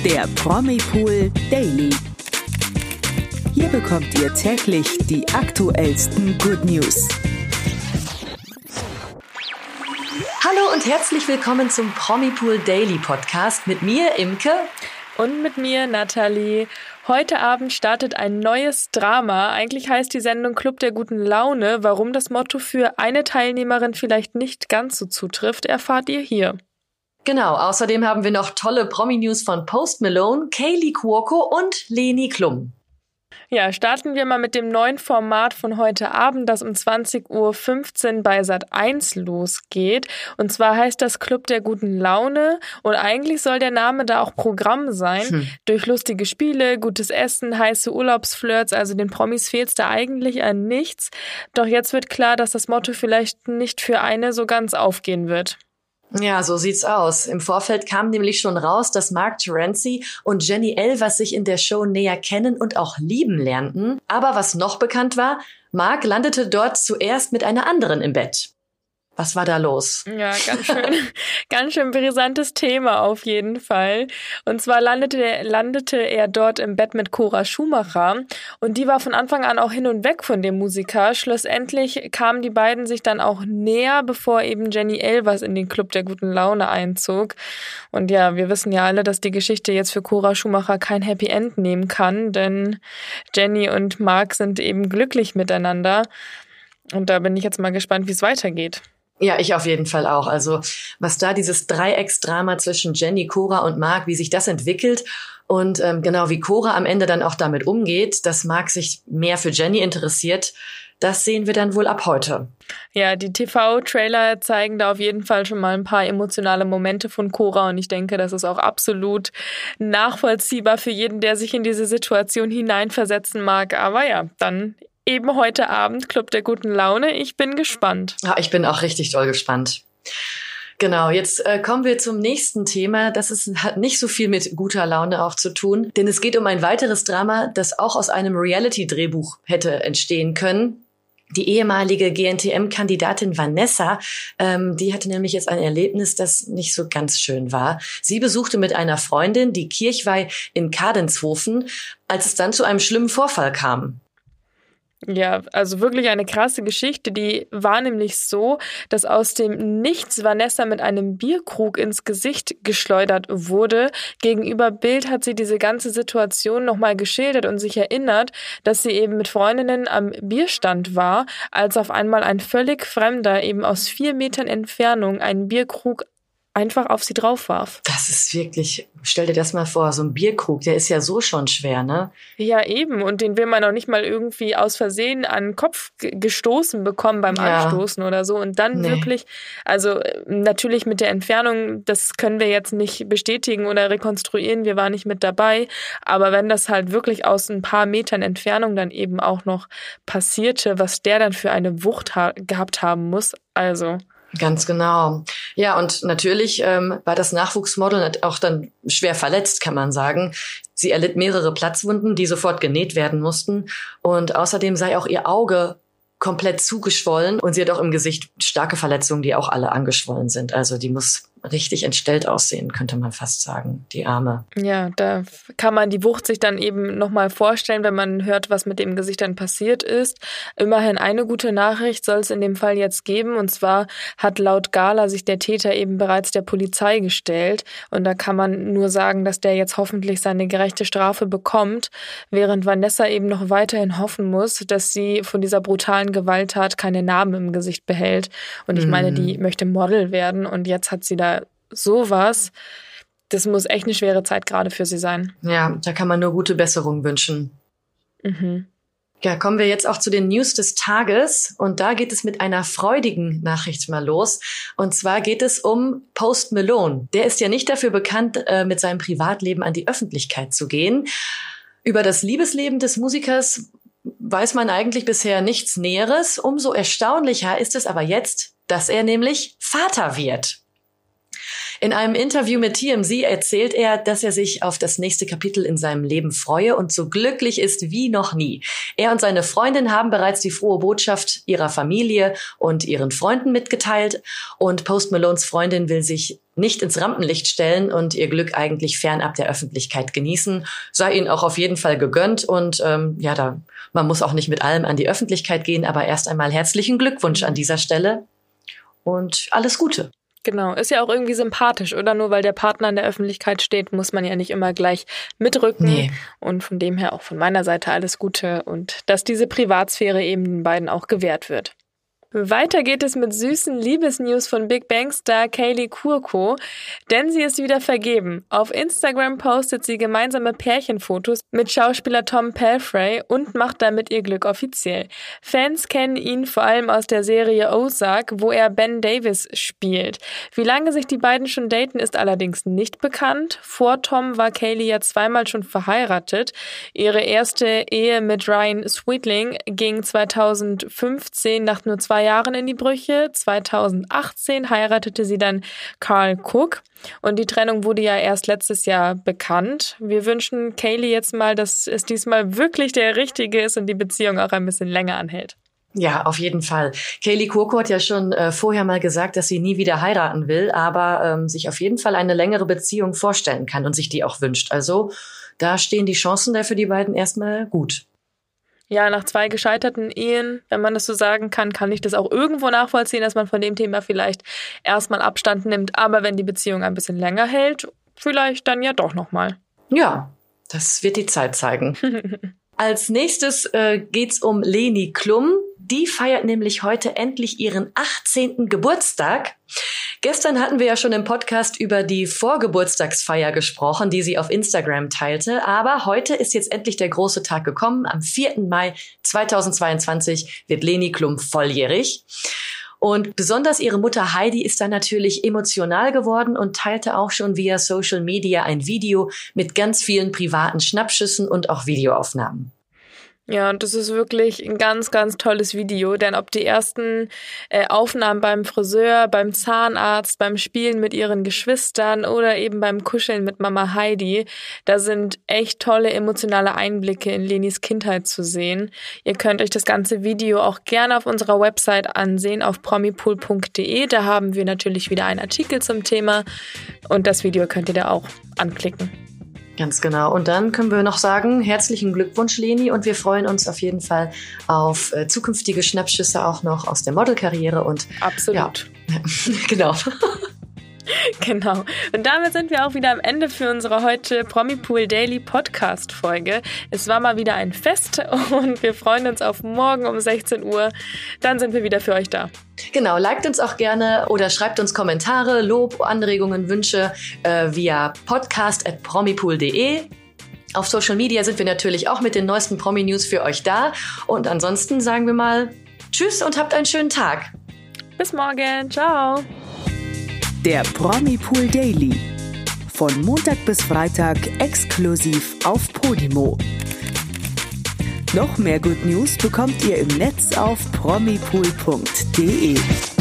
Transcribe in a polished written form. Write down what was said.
der Promipool Daily. Hier bekommt ihr täglich die aktuellsten Good News. Hallo und herzlich willkommen zum Promipool Daily Podcast mit mir, Imke. Und mit mir, Nathalie. Heute Abend startet ein neues Drama. Eigentlich heißt die Sendung Club der guten Laune. Warum das Motto für eine Teilnehmerin vielleicht nicht ganz so zutrifft, erfahrt ihr hier. Genau, außerdem haben wir noch tolle Promi-News von Post Malone, Kaley Cuoco und Leni Klum. Ja, starten wir mal mit dem neuen Format von heute Abend, das um 20.15 Uhr bei Sat.1 losgeht. Und zwar heißt das Club der guten Laune. Und eigentlich soll der Name da auch Programm sein. Durch lustige Spiele, gutes Essen, heiße Urlaubsflirts, also den Promis fehlt's da eigentlich an nichts. Doch jetzt wird klar, dass das Motto vielleicht nicht für eine so ganz aufgehen wird. Ja, so sieht's aus. Im Vorfeld kam nämlich schon raus, dass Mark Terenzi und Jenny Elvers sich in der Show näher kennen und auch lieben lernten. Aber was noch bekannt war, Mark landete dort zuerst mit einer anderen im Bett. Was war da los? Ja, ganz schön brisantes Thema auf jeden Fall. Und zwar landete er dort im Bett mit Cora Schumacher und die war von Anfang an auch hin und weg von dem Musiker. Schlussendlich kamen die beiden sich dann auch näher, bevor eben Jenny Elvers in den Club der guten Laune einzog. Und ja, wir wissen ja alle, dass die Geschichte jetzt für Cora Schumacher kein Happy End nehmen kann, denn Jenny und Mark sind eben glücklich miteinander. Und da bin ich jetzt mal gespannt, wie es weitergeht. Ja, ich auf jeden Fall auch. Also was da dieses Dreiecksdrama zwischen Jenny, Cora und Mark, wie sich das entwickelt und genau wie Cora am Ende dann auch damit umgeht, dass Mark sich mehr für Jenny interessiert, das sehen wir dann wohl ab heute. Ja, die TV-Trailer zeigen da auf jeden Fall schon mal ein paar emotionale Momente von Cora und ich denke, das ist auch absolut nachvollziehbar für jeden, der sich in diese Situation hineinversetzen mag. Aber ja, dann eben heute Abend Club der guten Laune. Ich bin gespannt. Ja, ich bin auch richtig doll gespannt. Genau, jetzt kommen wir zum nächsten Thema. Hat nicht so viel mit guter Laune auch zu tun, denn es geht um ein weiteres Drama, das auch aus einem Reality-Drehbuch hätte entstehen können. Die ehemalige GNTM-Kandidatin Vanessa, die hatte nämlich jetzt ein Erlebnis, das nicht so ganz schön war. Sie besuchte mit einer Freundin die Kirchweih in Kadenshofen, als es dann zu einem schlimmen Vorfall kam. Ja, also wirklich eine krasse Geschichte. Die war nämlich so, dass aus dem Nichts Vanessa mit einem Bierkrug ins Gesicht geschleudert wurde. Gegenüber Bild hat sie diese ganze Situation nochmal geschildert und sich erinnert, dass sie eben mit Freundinnen am Bierstand war, als auf einmal ein völlig Fremder eben aus 4 Metern Entfernung einen Bierkrug einfach auf sie drauf warf. Das ist wirklich, stell dir das mal vor, so ein Bierkrug, der ist ja so schon schwer, ne? Ja, eben. Und den will man noch nicht mal irgendwie aus Versehen an den Kopf gestoßen bekommen beim Anstoßen oder so. Und dann wirklich, also natürlich mit der Entfernung, das können wir jetzt nicht bestätigen oder rekonstruieren, wir waren nicht mit dabei. Aber wenn das halt wirklich aus ein paar Metern Entfernung dann eben auch noch passierte, was der dann für eine Wucht gehabt haben muss, also... Ganz genau. Ja, und natürlich war das Nachwuchsmodel auch dann schwer verletzt, kann man sagen. Sie erlitt mehrere Platzwunden, die sofort genäht werden mussten. Und außerdem sei auch ihr Auge komplett zugeschwollen. Und sie hat auch im Gesicht starke Verletzungen, die auch alle angeschwollen sind. Also die muss richtig entstellt aussehen, könnte man fast sagen, die Arme. Ja, da kann man die Wucht sich dann eben nochmal vorstellen, wenn man hört, was mit dem Gesicht dann passiert ist. Immerhin eine gute Nachricht soll es in dem Fall jetzt geben. Und zwar hat laut Gala sich der Täter eben bereits der Polizei gestellt. Und da kann man nur sagen, dass der jetzt hoffentlich seine gerechte Strafe bekommt, während Vanessa eben noch weiterhin hoffen muss, dass sie von dieser brutalen Gewalttat keine Narben im Gesicht behält. Und ich meine, die möchte Model werden und jetzt hat sie da sowas. Das muss echt eine schwere Zeit gerade für sie sein. Ja, da kann man nur gute Besserung wünschen. Ja, kommen wir jetzt auch zu den News des Tages. Und da geht es mit einer freudigen Nachricht mal los. Und zwar geht es um Post Malone. Der ist ja nicht dafür bekannt, mit seinem Privatleben an die Öffentlichkeit zu gehen. Über das Liebesleben des Musikers weiß man eigentlich bisher nichts Näheres. Umso erstaunlicher ist es aber jetzt, dass er nämlich Vater wird. In einem Interview mit TMZ erzählt er, dass er sich auf das nächste Kapitel in seinem Leben freue und so glücklich ist wie noch nie. Er und seine Freundin haben bereits die frohe Botschaft ihrer Familie und ihren Freunden mitgeteilt und Post Malones Freundin will sich nicht ins Rampenlicht stellen und ihr Glück eigentlich fernab der Öffentlichkeit genießen. Sei ihnen auch auf jeden Fall gegönnt und man muss auch nicht mit allem an die Öffentlichkeit gehen, aber erst einmal herzlichen Glückwunsch an dieser Stelle und alles Gute. Genau, ist ja auch irgendwie sympathisch, oder? Nur weil der Partner in der Öffentlichkeit steht, muss man ja nicht immer gleich mitrücken. Nee. Und von dem her auch von meiner Seite alles Gute und dass diese Privatsphäre eben den beiden auch gewährt wird. Weiter geht es mit süßen Liebesnews von Big Bang Star Kaley Cuoco, denn sie ist wieder vergeben. Auf Instagram postet sie gemeinsame Pärchenfotos mit Schauspieler Tom Pelphrey und macht damit ihr Glück offiziell. Fans kennen ihn vor allem aus der Serie Ozark, wo er Ben Davis spielt. Wie lange sich die beiden schon daten, ist allerdings nicht bekannt. Vor Tom war Kaley ja zweimal schon verheiratet. Ihre erste Ehe mit Ryan Sweetling ging 2015 nach nur 2 Jahren in die Brüche. 2018 heiratete sie dann Carl Cook und die Trennung wurde ja erst letztes Jahr bekannt. Wir wünschen Kaley jetzt mal, dass es diesmal wirklich der Richtige ist und die Beziehung auch ein bisschen länger anhält. Ja, auf jeden Fall. Kaley Cuoco hat ja schon vorher mal gesagt, dass sie nie wieder heiraten will, aber sich auf jeden Fall eine längere Beziehung vorstellen kann und sich die auch wünscht. Also da stehen die Chancen da für die beiden erstmal gut. Ja, nach 2 gescheiterten Ehen, wenn man das so sagen kann, kann ich das auch irgendwo nachvollziehen, dass man von dem Thema vielleicht erstmal Abstand nimmt. Aber wenn die Beziehung ein bisschen länger hält, vielleicht dann ja doch nochmal. Ja, das wird die Zeit zeigen. Als nächstes geht's um Leni Klum. Die feiert nämlich heute endlich ihren 18. Geburtstag. Gestern hatten wir ja schon im Podcast über die Vorgeburtstagsfeier gesprochen, die sie auf Instagram teilte. Aber heute ist jetzt endlich der große Tag gekommen. Am 4. Mai 2022 wird Leni Klum volljährig. Und besonders ihre Mutter Heidi ist dann natürlich emotional geworden und teilte auch schon via Social Media ein Video mit ganz vielen privaten Schnappschüssen und auch Videoaufnahmen. Ja, und das ist wirklich ein ganz, ganz tolles Video, denn ob die ersten Aufnahmen beim Friseur, beim Zahnarzt, beim Spielen mit ihren Geschwistern oder eben beim Kuscheln mit Mama Heidi, da sind echt tolle emotionale Einblicke in Lenis Kindheit zu sehen. Ihr könnt euch das ganze Video auch gerne auf unserer Website ansehen, auf promipool.de. Da haben wir natürlich wieder einen Artikel zum Thema und das Video könnt ihr da auch anklicken. Ganz genau. Und dann können wir noch sagen, herzlichen Glückwunsch, Leni. Und wir freuen uns auf jeden Fall auf zukünftige Schnappschüsse auch noch aus der Modelkarriere. Und absolut. Ja, genau. Genau. Und damit sind wir auch wieder am Ende für unsere heute Promipool Daily Podcast Folge. Es war mal wieder ein Fest und wir freuen uns auf morgen um 16 Uhr. Dann sind wir wieder für euch da. Genau, liked uns auch gerne oder schreibt uns Kommentare, Lob, Anregungen, Wünsche via podcast@promipool.de. Auf Social Media sind wir natürlich auch mit den neuesten Promi-News für euch da. Und ansonsten sagen wir mal Tschüss und habt einen schönen Tag. Bis morgen. Ciao. Der Promipool Daily. Von Montag bis Freitag exklusiv auf Podimo. Noch mehr Good News bekommt ihr im Netz auf promipool.de.